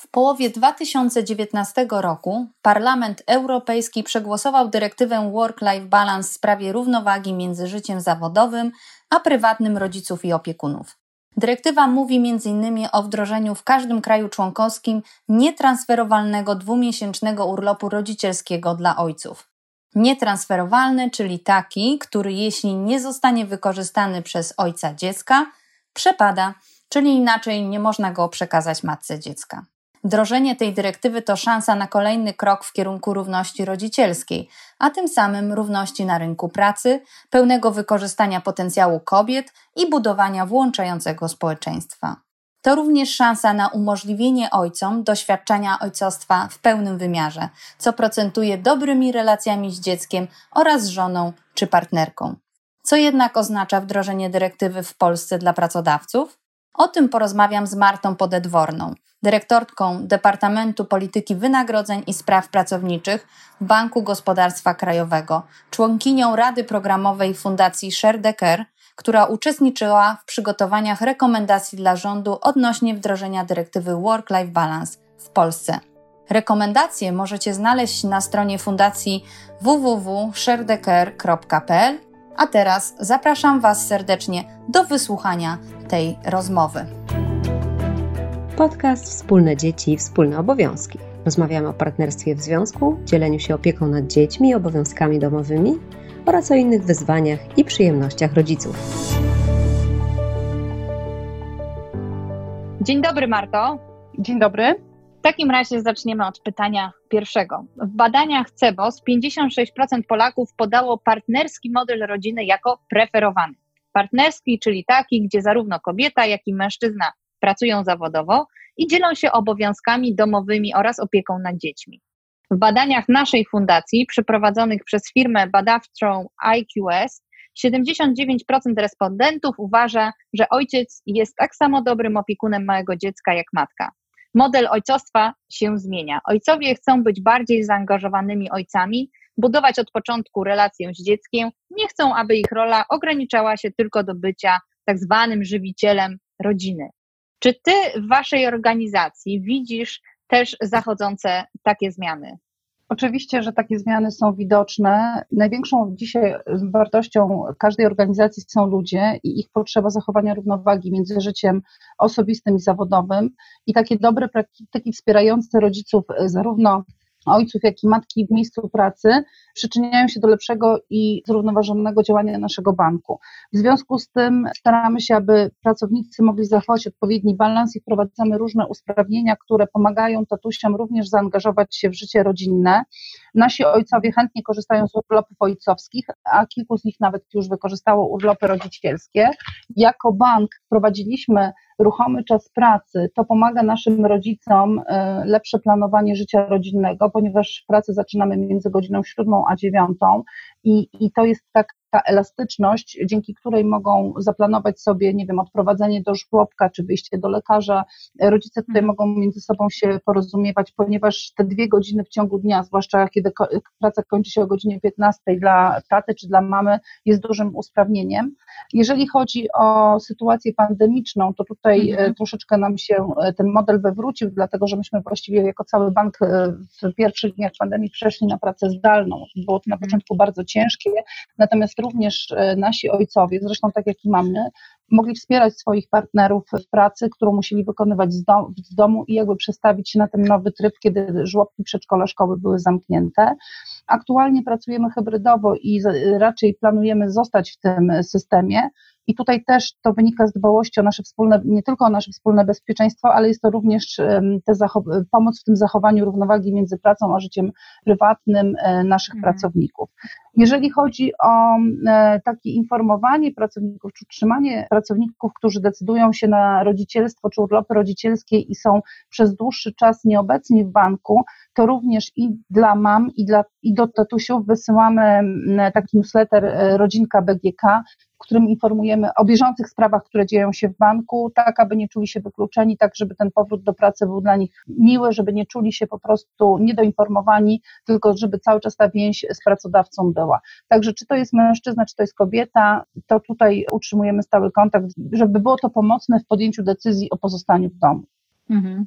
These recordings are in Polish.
W połowie 2019 roku Parlament Europejski przegłosował dyrektywę Work-Life Balance w sprawie równowagi między życiem zawodowym a prywatnym rodziców i opiekunów. Dyrektywa mówi m.in. o wdrożeniu w każdym kraju członkowskim nietransferowalnego 2-miesięcznego urlopu rodzicielskiego dla ojców. Nietransferowalny, czyli taki, który jeśli nie zostanie wykorzystany przez ojca dziecka, przepada, czyli inaczej nie można go przekazać matce dziecka. Wdrożenie tej dyrektywy to szansa na kolejny krok w kierunku równości rodzicielskiej, a tym samym równości na rynku pracy, pełnego wykorzystania potencjału kobiet i budowania włączającego społeczeństwa. To również szansa na umożliwienie ojcom doświadczenia ojcostwa w pełnym wymiarze, co procentuje dobrymi relacjami z dzieckiem oraz z żoną czy partnerką. Co jednak oznacza wdrożenie dyrektywy w Polsce dla pracodawców? O tym porozmawiam z Martą Podedworną, dyrektorką Departamentu Polityki Wynagrodzeń i Spraw Pracowniczych w Banku Gospodarstwa Krajowego, członkinią Rady Programowej Fundacji Share the Care, która uczestniczyła w przygotowaniach rekomendacji dla rządu odnośnie wdrożenia dyrektywy Work-Life Balance w Polsce. Rekomendacje możecie znaleźć na stronie fundacji www.sharethecare.pl. A teraz zapraszam Was serdecznie do wysłuchania tej rozmowy. Podcast Wspólne Dzieci, Wspólne Obowiązki. Rozmawiamy o partnerstwie w związku, dzieleniu się opieką nad dziećmi i obowiązkami domowymi oraz o innych wyzwaniach i przyjemnościach rodziców. Dzień dobry, Marto. Dzień dobry. W takim razie zaczniemy od pytania pierwszego. W badaniach CEBOS 56% Polaków podało partnerski model rodziny jako preferowany. Partnerski, czyli taki, gdzie zarówno kobieta, jak i mężczyzna pracują zawodowo i dzielą się obowiązkami domowymi oraz opieką nad dziećmi. W badaniach naszej fundacji, przeprowadzonych przez firmę badawczą IQS, 79% respondentów uważa, że ojciec jest tak samo dobrym opiekunem małego dziecka jak matka. Model ojcostwa się zmienia. Ojcowie chcą być bardziej zaangażowanymi ojcami, budować od początku relację z dzieckiem, nie chcą, aby ich rola ograniczała się tylko do bycia tak zwanym żywicielem rodziny. Czy ty w waszej organizacji widzisz też zachodzące takie zmiany? Oczywiście, że takie zmiany są widoczne. Największą dzisiaj wartością każdej organizacji są ludzie i ich potrzeba zachowania równowagi między życiem osobistym i zawodowym. I takie dobre praktyki wspierające rodziców, zarówno ojców, jak i matki w miejscu pracy, przyczyniają się do lepszego i zrównoważonego działania naszego banku. W związku z tym staramy się, aby pracownicy mogli zachować odpowiedni balans i wprowadzamy różne usprawnienia, które pomagają tatusiom również zaangażować się w życie rodzinne. Nasi ojcowie chętnie korzystają z urlopów ojcowskich, a kilku z nich nawet już wykorzystało urlopy rodzicielskie. Jako bank wprowadziliśmy ruchomy czas pracy. To pomaga naszym rodzicom lepsze planowanie życia rodzinnego, ponieważ pracę zaczynamy między godziną 7 a 9 i to jest taka elastyczność, dzięki której mogą zaplanować sobie, nie wiem, odprowadzenie do żłobka czy wyjście do lekarza. Rodzice tutaj mogą między sobą się porozumiewać, ponieważ te 2 godziny w ciągu dnia, zwłaszcza kiedy praca kończy się o godzinie 15 dla taty czy dla mamy, jest dużym usprawnieniem. Jeżeli chodzi o sytuację pandemiczną, to tutaj troszeczkę nam się ten model wywrócił, dlatego że myśmy właściwie jako cały bank w pierwszych dniach pandemii przeszli na pracę zdalną. Było to na początku bardzo ciężkie, natomiast również nasi ojcowie, zresztą tak jak i mamy, mogli wspierać swoich partnerów w pracy, którą musieli wykonywać z domu i jakby przestawić się na ten nowy tryb, kiedy żłobki, przedszkola, szkoły były zamknięte. Aktualnie pracujemy hybrydowo i raczej planujemy zostać w tym systemie. I tutaj też to wynika z dbałości o nasze wspólne, nie tylko o nasze wspólne bezpieczeństwo, ale jest to również pomoc w tym zachowaniu równowagi między pracą a życiem prywatnym naszych pracowników. Jeżeli chodzi o takie informowanie pracowników, czy utrzymanie pracowników, którzy decydują się na rodzicielstwo czy urlopy rodzicielskie i są przez dłuższy czas nieobecni w banku, to również i dla mam, i do tatusiów wysyłamy taki newsletter Rodzinka BGK, w którym informujemy o bieżących sprawach, które dzieją się w banku, tak aby nie czuli się wykluczeni, tak żeby ten powrót do pracy był dla nich miły, żeby nie czuli się po prostu niedoinformowani, tylko żeby cały czas ta więź z pracodawcą była. Także czy to jest mężczyzna, czy to jest kobieta, to tutaj utrzymujemy stały kontakt, żeby było to pomocne w podjęciu decyzji o pozostaniu w domu.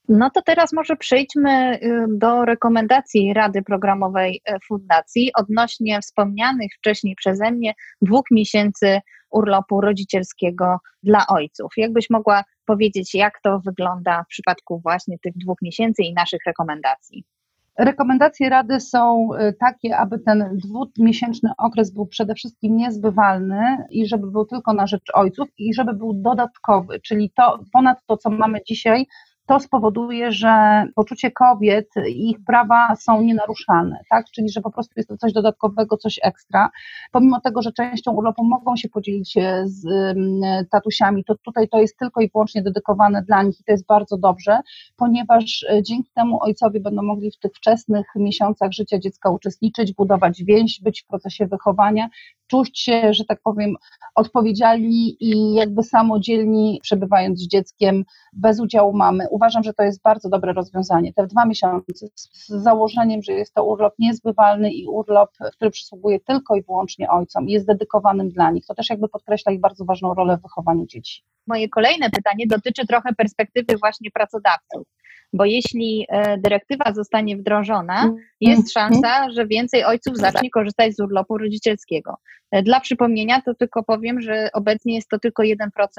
No to teraz może przejdźmy do rekomendacji Rady Programowej Fundacji odnośnie wspomnianych wcześniej przeze mnie 2 miesięcy urlopu rodzicielskiego dla ojców. Jakbyś mogła powiedzieć, jak to wygląda w przypadku właśnie tych 2 miesięcy i naszych rekomendacji? Rekomendacje Rady są takie, aby ten 2-miesięczny okres był przede wszystkim niezbywalny i żeby był tylko na rzecz ojców i żeby był dodatkowy, czyli to ponad to, co mamy dzisiaj, to spowoduje, że poczucie kobiet i ich prawa są nienaruszane, tak? Czyli że po prostu jest to coś dodatkowego, coś ekstra. Pomimo tego, że częścią urlopu mogą się podzielić z tatusiami, to tutaj to jest tylko i wyłącznie dedykowane dla nich i to jest bardzo dobrze, ponieważ dzięki temu ojcowie będą mogli w tych wczesnych miesiącach życia dziecka uczestniczyć, budować więź, być w procesie wychowania, czuć się, że tak powiem, odpowiedzialni i jakby samodzielni, przebywając z dzieckiem bez udziału mamy. Uważam, że to jest bardzo dobre rozwiązanie. Te 2 miesiące z założeniem, że jest to urlop niezbywalny i urlop, który przysługuje tylko i wyłącznie ojcom i jest dedykowanym dla nich. To też jakby podkreśla ich bardzo ważną rolę w wychowaniu dzieci. Moje kolejne pytanie dotyczy trochę perspektywy właśnie pracodawców, bo jeśli dyrektywa zostanie wdrożona, jest szansa, że więcej ojców zacznie korzystać z urlopu rodzicielskiego. Dla przypomnienia to tylko powiem, że obecnie jest to tylko 1%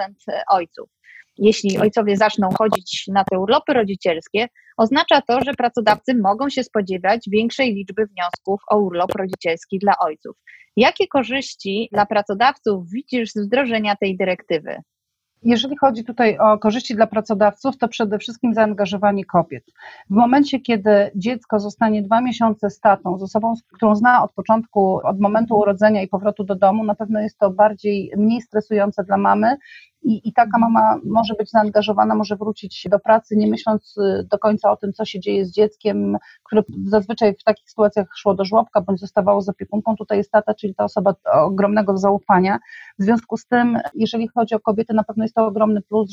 ojców. Jeśli ojcowie zaczną chodzić na te urlopy rodzicielskie, oznacza to, że pracodawcy mogą się spodziewać większej liczby wniosków o urlop rodzicielski dla ojców. Jakie korzyści dla pracodawców widzisz z wdrożenia tej dyrektywy? Jeżeli chodzi tutaj o korzyści dla pracodawców, to przede wszystkim zaangażowanie kobiet. W momencie, kiedy dziecko zostanie 2 miesiące z tatą, z osobą, którą zna od początku, od momentu urodzenia i powrotu do domu, na pewno jest to mniej stresujące dla mamy i taka mama może być zaangażowana, może wrócić do pracy, nie myśląc do końca o tym, co się dzieje z dzieckiem, które zazwyczaj w takich sytuacjach szło do żłobka, bądź zostawało z opiekunką. Tutaj jest tata, czyli ta osoba ogromnego zaufania. W związku z tym, jeżeli chodzi o kobiety, na pewno jest to ogromny plus,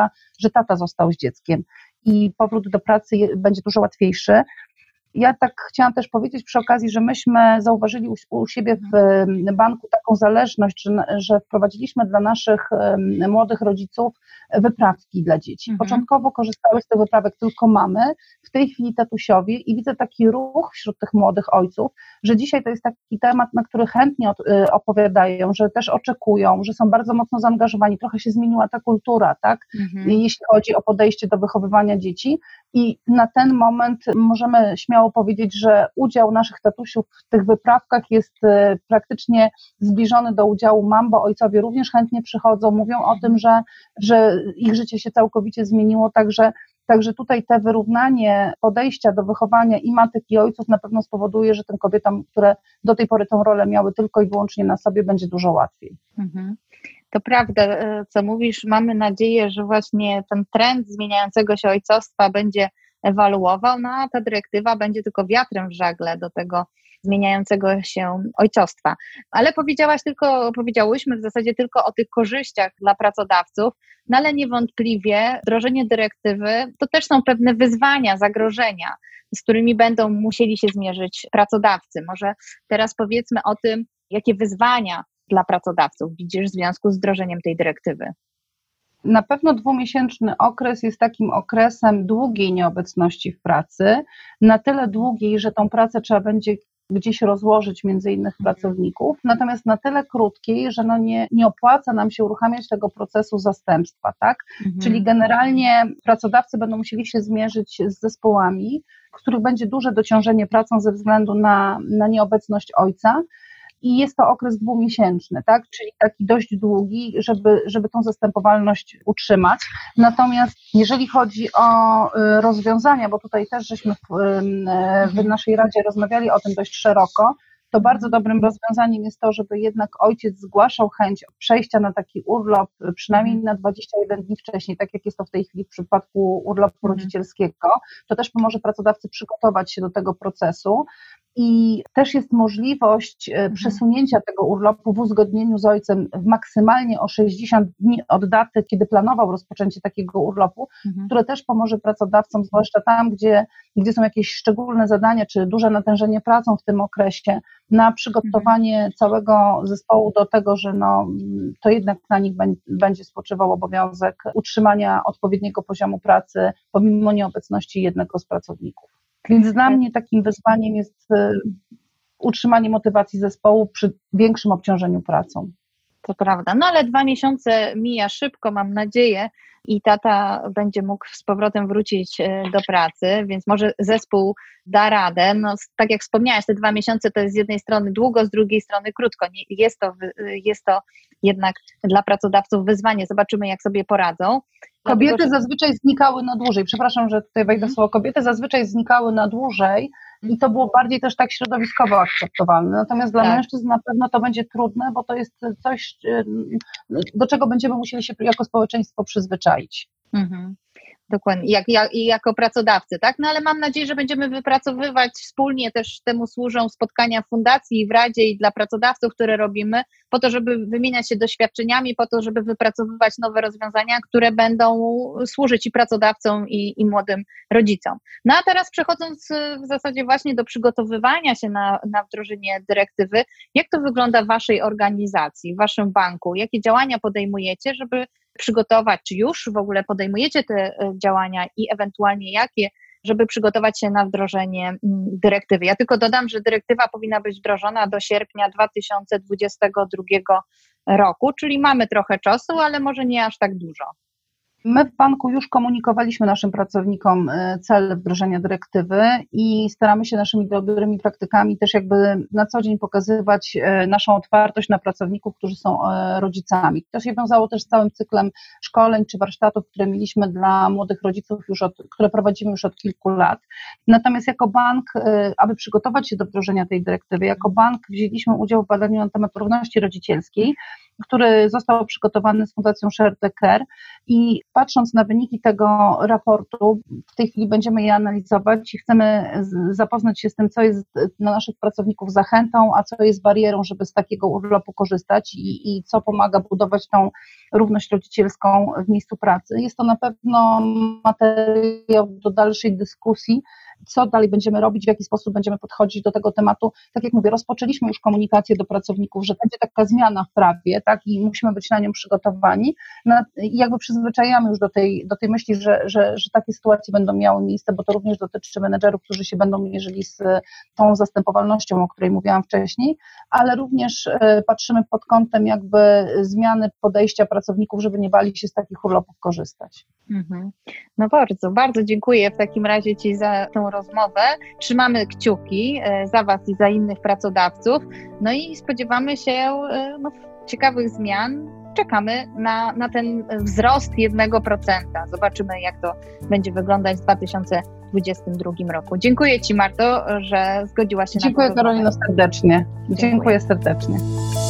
że tata został z dzieckiem i powrót do pracy będzie dużo łatwiejszy. Ja tak chciałam też powiedzieć przy okazji, że myśmy zauważyli u siebie w banku taką zależność, że wprowadziliśmy dla naszych młodych rodziców wyprawki dla dzieci. Początkowo korzystały z tych wyprawek tylko mamy, w tej chwili tatusiowie i widzę taki ruch wśród tych młodych ojców, że dzisiaj to jest taki temat, na który chętnie opowiadają, że też oczekują, że są bardzo mocno zaangażowani. Trochę się zmieniła ta kultura, tak? Jeśli chodzi o podejście do wychowywania dzieci i na ten moment możemy śmiało powiedzieć, że udział naszych tatusiów w tych wyprawkach jest praktycznie zbliżony do udziału mam, bo ojcowie również chętnie przychodzą, mówią o tym, że ich życie się całkowicie zmieniło, także tutaj te wyrównanie podejścia do wychowania i matek i ojców na pewno spowoduje, że tym kobietom, które do tej pory tę rolę miały tylko i wyłącznie na sobie, będzie dużo łatwiej. To prawda, co mówisz. Mamy nadzieję, że właśnie ten trend zmieniającego się ojcostwa będzie ewaluował, no a ta dyrektywa będzie tylko wiatrem w żagle do tego zmieniającego się ojcostwa. Ale powiedziałyśmy w zasadzie tylko o tych korzyściach dla pracodawców, no ale niewątpliwie wdrożenie dyrektywy to też są pewne wyzwania, zagrożenia, z którymi będą musieli się zmierzyć pracodawcy. Może teraz powiedzmy o tym, jakie wyzwania dla pracodawców widzisz w związku z wdrożeniem tej dyrektywy. Na pewno 2-miesięczny okres jest takim okresem długiej nieobecności w pracy, na tyle długiej, że tą pracę trzeba będzie gdzieś rozłożyć między innych pracowników, natomiast na tyle krótkiej, że nie opłaca nam się uruchamiać tego procesu zastępstwa, tak? Czyli generalnie pracodawcy będą musieli się zmierzyć z zespołami, w których będzie duże dociążenie pracą ze względu na nieobecność ojca. I jest to okres 2-miesięczny, tak? Czyli taki dość długi, żeby tą zastępowalność utrzymać. Natomiast jeżeli chodzi o rozwiązania, bo tutaj też żeśmy w naszej Radzie rozmawiali o tym dość szeroko, to bardzo dobrym rozwiązaniem jest to, żeby jednak ojciec zgłaszał chęć przejścia na taki urlop przynajmniej na 21 dni wcześniej, tak jak jest to w tej chwili w przypadku urlopu rodzicielskiego. To też pomoże pracodawcy przygotować się do tego procesu. i też jest możliwość przesunięcia tego urlopu w uzgodnieniu z ojcem maksymalnie o 60 dni od daty, kiedy planował rozpoczęcie takiego urlopu, które też pomoże pracodawcom, zwłaszcza tam, gdzie są jakieś szczególne zadania, czy duże natężenie pracą w tym okresie, na przygotowanie całego zespołu do tego, że to jednak na nich będzie spoczywał obowiązek utrzymania odpowiedniego poziomu pracy pomimo nieobecności jednego z pracowników. Więc dla mnie takim wyzwaniem jest utrzymanie motywacji zespołu przy większym obciążeniu pracą. To prawda, ale 2 miesiące mija szybko, mam nadzieję, i tata będzie mógł z powrotem wrócić do pracy, więc może zespół da radę. Tak jak wspomniałaś, te 2 miesiące to jest z jednej strony długo, z drugiej strony krótko. Jest to jednak dla pracodawców wyzwanie. Zobaczymy, jak sobie poradzą. Kobiety zazwyczaj znikały na dłużej. Przepraszam, że tutaj wejdę w słowo. Kobiety zazwyczaj znikały na dłużej i to było bardziej też tak środowiskowo akceptowalne. Natomiast dla mężczyzn na pewno to będzie trudne, bo to jest coś, do czego będziemy musieli się jako społeczeństwo przyzwyczaić. Dokładnie, jako pracodawcy, tak? Ale mam nadzieję, że będziemy wypracowywać wspólnie, też temu służą spotkania w fundacji, w Radzie i dla pracodawców, które robimy, po to, żeby wymieniać się doświadczeniami, po to, żeby wypracowywać nowe rozwiązania, które będą służyć i pracodawcom, i młodym rodzicom. A teraz przechodząc w zasadzie właśnie do przygotowywania się na wdrożenie dyrektywy, jak to wygląda w waszej organizacji, w waszym banku? Jakie działania podejmujecie, żeby przygotować, czy już w ogóle podejmujecie te działania i ewentualnie jakie, żeby przygotować się na wdrożenie dyrektywy? Ja tylko dodam, że dyrektywa powinna być wdrożona do sierpnia 2022 roku, czyli mamy trochę czasu, ale może nie aż tak dużo. My w banku już komunikowaliśmy naszym pracownikom cel wdrożenia dyrektywy i staramy się naszymi dobrymi praktykami też jakby na co dzień pokazywać naszą otwartość na pracowników, którzy są rodzicami. To się wiązało też z całym cyklem szkoleń czy warsztatów, które mieliśmy dla młodych rodziców, które prowadzimy już od kilku lat. Natomiast jako bank, aby przygotować się do wdrożenia tej dyrektywy, jako bank wzięliśmy udział w badaniu na temat równości rodzicielskiej, który został przygotowany z Fundacją Share the Care i patrząc na wyniki tego raportu, w tej chwili będziemy je analizować i chcemy zapoznać się z tym, co jest dla naszych pracowników zachętą, a co jest barierą, żeby z takiego urlopu korzystać i co pomaga budować tą równość rodzicielską w miejscu pracy. Jest to na pewno materiał do dalszej dyskusji, co dalej będziemy robić, w jaki sposób będziemy podchodzić do tego tematu. Tak jak mówię, rozpoczęliśmy już komunikację do pracowników, że będzie taka zmiana w prawie, tak, i musimy być na nią przygotowani. I jakby przyzwyczajamy już do tej myśli, że takie sytuacje będą miały miejsce, bo to również dotyczy menedżerów, którzy się będą mierzyli z tą zastępowalnością, o której mówiłam wcześniej, ale również patrzymy pod kątem jakby zmiany podejścia pracowników, żeby nie bali się z takich urlopów korzystać. Bardzo, bardzo dziękuję w takim razie Ci za tą rozmowę. Trzymamy kciuki za Was i za innych pracodawców. I spodziewamy się ciekawych zmian. Czekamy na ten wzrost 1%. Zobaczymy, jak to będzie wyglądać w 2022 roku. Dziękuję Ci, Marto, że zgodziłaś się na to. Dziękuję, Karolino, serdecznie. Dziękuję serdecznie.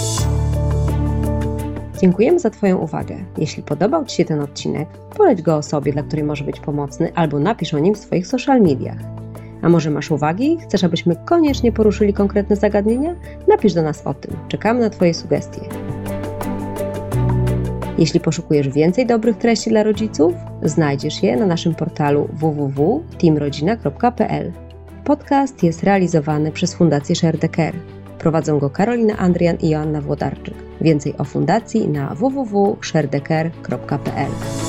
Dziękujemy za Twoją uwagę. Jeśli podobał Ci się ten odcinek, poleć go osobie, dla której może być pomocny, albo napisz o nim w swoich social mediach. A może masz uwagi? Chcesz, abyśmy koniecznie poruszyli konkretne zagadnienia? Napisz do nas o tym. Czekamy na Twoje sugestie. Jeśli poszukujesz więcej dobrych treści dla rodziców, znajdziesz je na naszym portalu www.teamrodzina.pl. Podcast jest realizowany przez Fundację Share the Care. Prowadzą go Karolina Andrian i Joanna Włodarczyk. Więcej o fundacji na www.sharedecare.pl.